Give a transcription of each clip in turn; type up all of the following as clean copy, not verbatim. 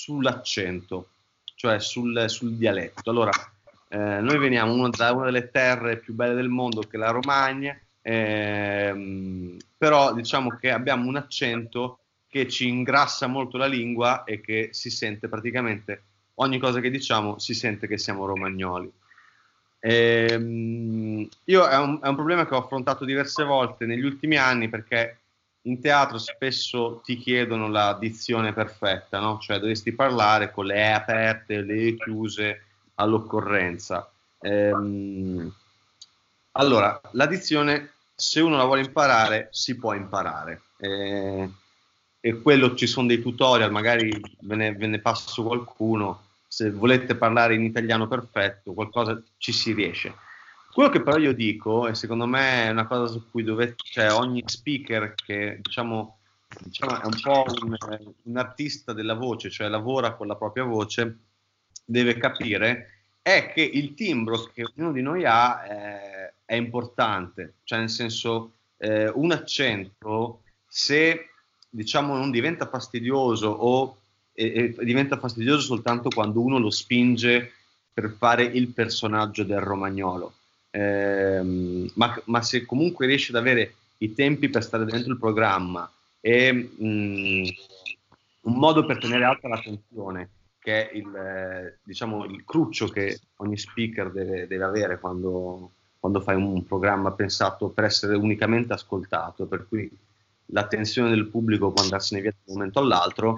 sull'accento, cioè sul dialetto. Allora, noi veniamo da una delle terre più belle del mondo, che è la Romagna, però diciamo che abbiamo un accento che ci ingrassa molto la lingua e che si sente praticamente, ogni cosa che diciamo si sente che siamo romagnoli. Io è un problema che ho affrontato diverse volte negli ultimi anni, perché in teatro spesso ti chiedono la dizione perfetta, no? Cioè dovresti parlare con le E aperte, le E chiuse all'occorrenza. Allora, la dizione, se uno la vuole imparare, si può imparare. E quello, ci sono dei tutorial, magari ve ne passo qualcuno. Se volete parlare in italiano perfetto, qualcosa ci si riesce. Quello che però io dico, e secondo me è una cosa su cui cioè ogni speaker che diciamo è un po' un artista della voce, cioè lavora con la propria voce, deve capire è che il timbro che ognuno di noi ha è importante, cioè nel senso un accento, se diciamo non diventa fastidioso o diventa fastidioso soltanto quando uno lo spinge per fare il personaggio del romagnolo, ma se comunque riesce ad avere i tempi per stare dentro il programma e un modo per tenere alta la tensione, che è diciamo, il cruccio che ogni speaker deve avere quando fai un programma pensato per essere unicamente ascoltato, per cui la tensione del pubblico può andarsene via da un momento all'altro.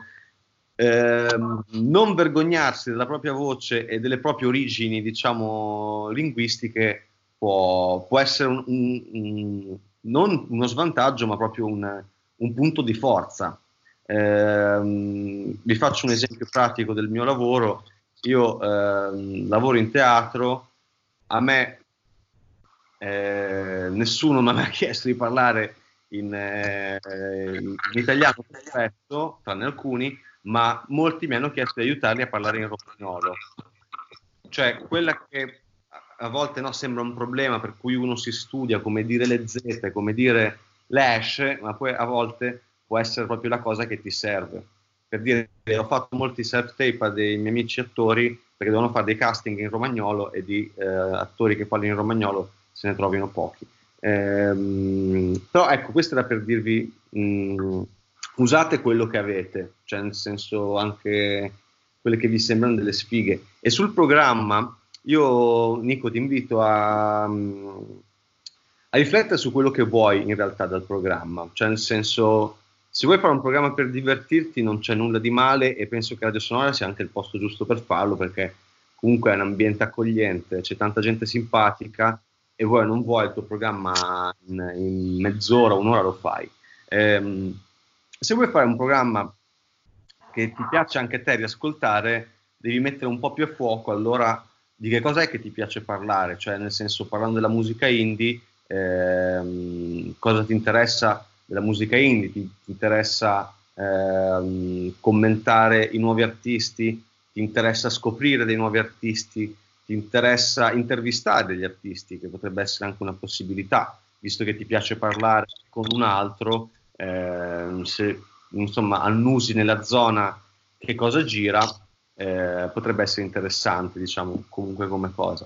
Non vergognarsi della propria voce e delle proprie origini, diciamo, linguistiche può essere non uno svantaggio, ma proprio un punto di forza. Vi faccio un esempio pratico del mio lavoro. Io lavoro in teatro, a me nessuno mi ha chiesto di parlare in italiano perfetto, tranne alcuni, ma molti mi hanno chiesto di aiutarli a parlare in romagnolo. Cioè, quella che a volte no, sembra un problema, per cui uno si studia come dire le Z, come dire l'hash, ma poi a volte può essere proprio la cosa che ti serve. Per dire, ho fatto molti self-tape a dei miei amici attori, perché devono fare dei casting in romagnolo, e di attori che parlano in romagnolo se ne trovino pochi. Però ecco, questo era per dirvi, usate quello che avete, cioè nel senso anche quelle che vi sembrano delle sfighe. E sul programma, io, Nico, ti invito a riflettere su quello che vuoi in realtà dal programma, cioè nel senso, se vuoi fare un programma per divertirti non c'è nulla di male, e penso che Radio Sonora sia anche il posto giusto per farlo, perché comunque è un ambiente accogliente, c'è tanta gente simpatica, e vuoi o non vuoi il tuo programma in mezz'ora, un'ora lo fai. Se vuoi fare un programma che ti piace anche a te riascoltare, devi mettere un po' più a fuoco allora di che cosa è che ti piace parlare, cioè nel senso, parlando della musica indie, cosa ti interessa della musica indie? Ti interessa commentare i nuovi artisti? Ti interessa scoprire dei nuovi artisti? Ti interessa intervistare degli artisti, che potrebbe essere anche una possibilità, visto che ti piace parlare con un altro, se insomma annusi nella zona che cosa gira, potrebbe essere interessante, diciamo, comunque come cosa.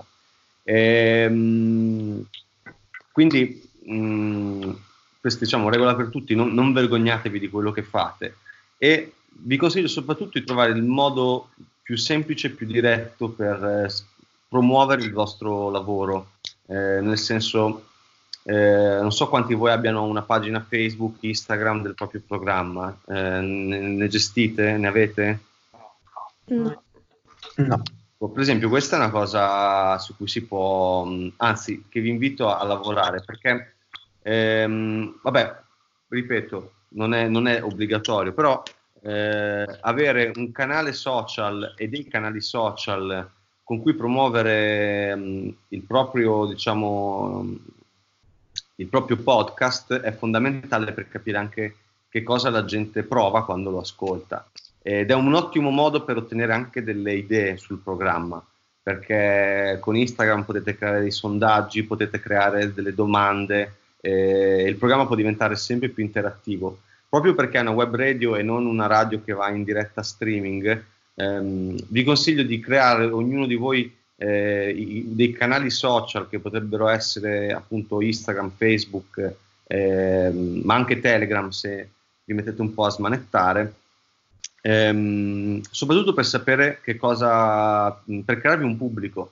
Quindi questa, diciamo, regola per tutti: non vergognatevi di quello che fate, e vi consiglio soprattutto di trovare il modo più semplice e più diretto per promuovere il vostro lavoro, nel senso, non so quanti di voi abbiano una pagina Facebook, Instagram del proprio programma, ne gestite? Ne avete? No. Per esempio, questa è una cosa su cui si può, anzi, che vi invito a lavorare, perché, vabbè, ripeto, non è obbligatorio, però avere un canale social e dei canali social con cui promuovere il proprio, diciamo, il proprio podcast è fondamentale per capire anche che cosa la gente prova quando lo ascolta. Ed è un ottimo modo per ottenere anche delle idee sul programma, perché con Instagram potete creare dei sondaggi, potete creare delle domande, e il programma può diventare sempre più interattivo. Proprio perché è una web radio e non una radio che va in diretta streaming, Vi consiglio di creare ognuno di voi dei canali social che potrebbero essere appunto Instagram, Facebook, ma anche Telegram se vi mettete un po' a smanettare, soprattutto per sapere che cosa, per crearvi un pubblico.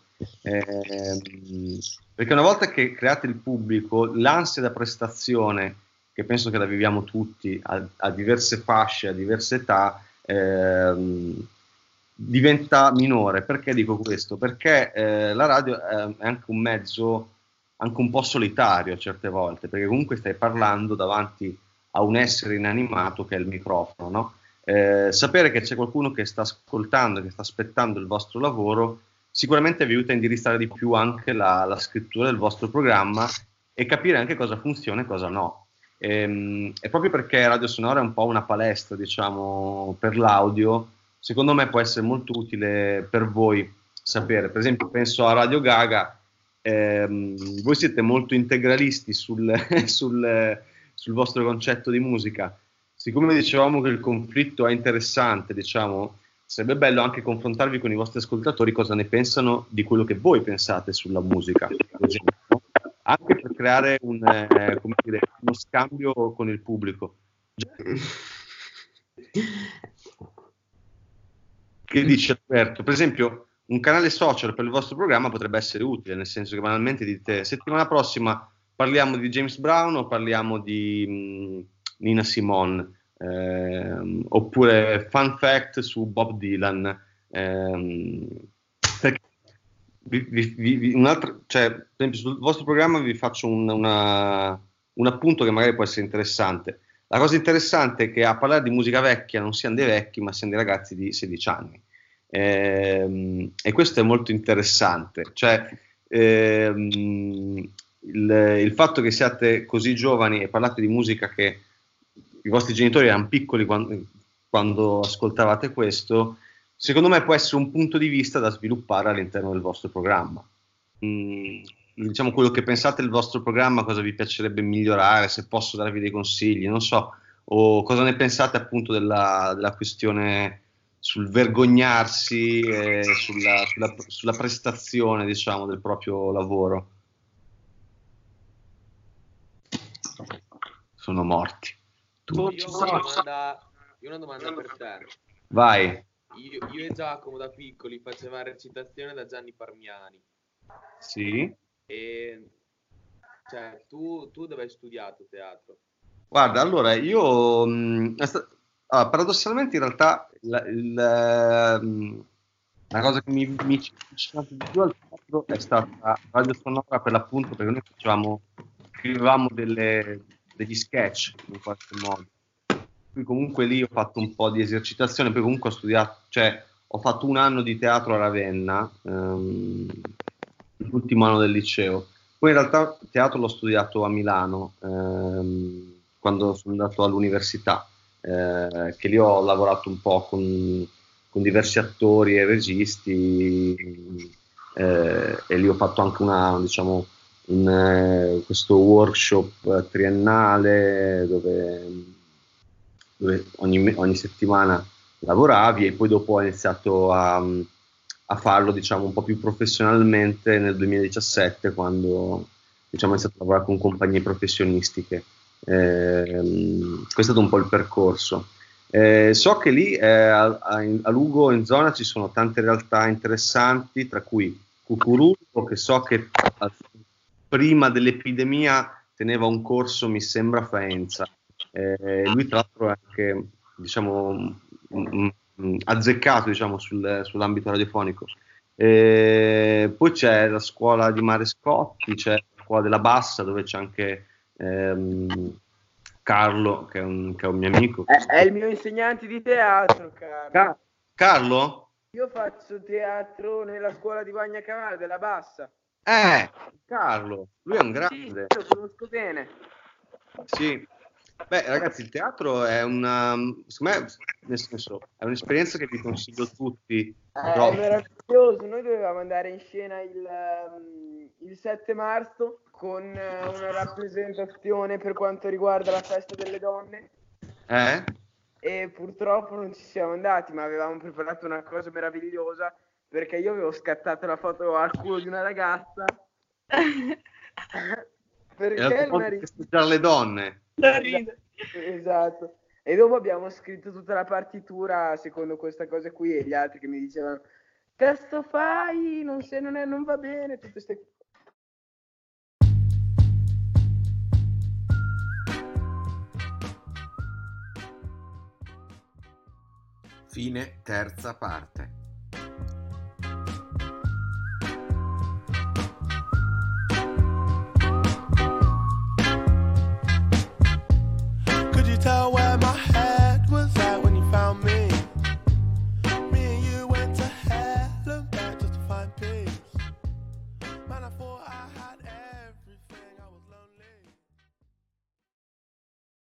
Perché una volta che create il pubblico, l'ansia da prestazione, che penso che la viviamo tutti a diverse fasce, a diverse età, diventa minore. Perché dico questo? Perché la radio è anche un mezzo anche un po' solitario certe volte, perché comunque stai parlando davanti a un essere inanimato che è il microfono, no? Sapere che c'è qualcuno che sta ascoltando, che sta aspettando il vostro lavoro, sicuramente vi aiuta a indirizzare di più anche la scrittura del vostro programma e capire anche cosa funziona e cosa no. E proprio perché Radio Sonora è un po' una palestra, diciamo, per l'audio, secondo me può essere molto utile per voi sapere. Per esempio, penso a Radio Gaga, voi siete molto integralisti sul vostro concetto di musica. Siccome dicevamo che il conflitto è interessante, diciamo, sarebbe bello anche confrontarvi con i vostri ascoltatori cosa ne pensano di quello che voi pensate sulla musica, per esempio, no? Anche per creare come dire, uno scambio con il pubblico. Che dice Alberto? Per esempio, un canale social per il vostro programma potrebbe essere utile, nel senso che banalmente dite settimana prossima parliamo di James Brown o parliamo di Nina Simone, oppure fun fact su Bob Dylan. Perché cioè, per esempio, sul vostro programma vi faccio un appunto che magari può essere interessante. La cosa interessante è che a parlare di musica vecchia non siano dei vecchi, ma siano dei ragazzi di 16 anni. E questo è molto interessante. Cioè, il fatto che siate così giovani e parlate di musica che i vostri genitori erano piccoli quando ascoltavate questo, secondo me può essere un punto di vista da sviluppare all'interno del vostro programma. Diciamo quello che pensate del vostro programma, cosa vi piacerebbe migliorare, se posso darvi dei consigli, non so, o cosa ne pensate appunto della questione sul vergognarsi, sulla prestazione, diciamo, del proprio lavoro. Sono morti. Io ho una domanda per te. Vai. Io e Giacomo da piccoli facevamo recitazione da Gianni Parmiani. Sì. E cioè, tu dove hai studiato teatro? Guarda, allora io paradossalmente in realtà la cosa che mi avvicinato di più al teatro è stata Radio Sonora, per l'appunto, perché noi scrivevamo degli sketch in qualche modo. Qui comunque lì ho fatto un po' di esercitazione, poi comunque ho studiato, cioè ho fatto un anno di teatro a Ravenna, l'ultimo anno del liceo. Poi in realtà teatro l'ho studiato a Milano, quando sono andato all'università, che lì ho lavorato un po' con diversi attori e registi, e lì ho fatto anche questo workshop triennale dove ogni settimana lavoravi, e poi dopo ho iniziato a farlo, diciamo, un po' più professionalmente nel 2017, quando, diciamo, ho iniziato a lavorare con compagnie professionistiche. Questo è stato un po' il percorso. So che lì a Lugo, in zona, ci sono tante realtà interessanti, tra cui Cucurulo, che so che prima dell'epidemia teneva un corso, mi sembra, a Faenza. Lui tra l'altro è anche, diciamo, azzeccato, diciamo, sull'ambito radiofonico. Poi c'è la scuola di Marescotti, c'è la scuola della Bassa, dove c'è anche Carlo, che è un mio amico. È il mio insegnante di teatro, Carlo. Carlo? Io faccio teatro nella scuola di Bagnacavallo della Bassa. Carlo, lui è un grande. Sì, lo conosco bene. Sì. Beh, ragazzi, il teatro è secondo me, nel senso, è un'esperienza che vi consiglio tutti. È meraviglioso. Noi dovevamo andare in scena il 7 marzo con una rappresentazione per quanto riguarda la festa delle donne. e purtroppo non ci siamo andati, ma avevamo preparato una cosa meravigliosa perché io avevo scattato la foto al culo di una ragazza perché Era il marito... festeggiare le donne. Esatto. E dopo abbiamo scritto tutta la partitura secondo questa cosa qui e gli altri che mi dicevano cazzo fai, non va bene, tutte queste... Fine terza parte.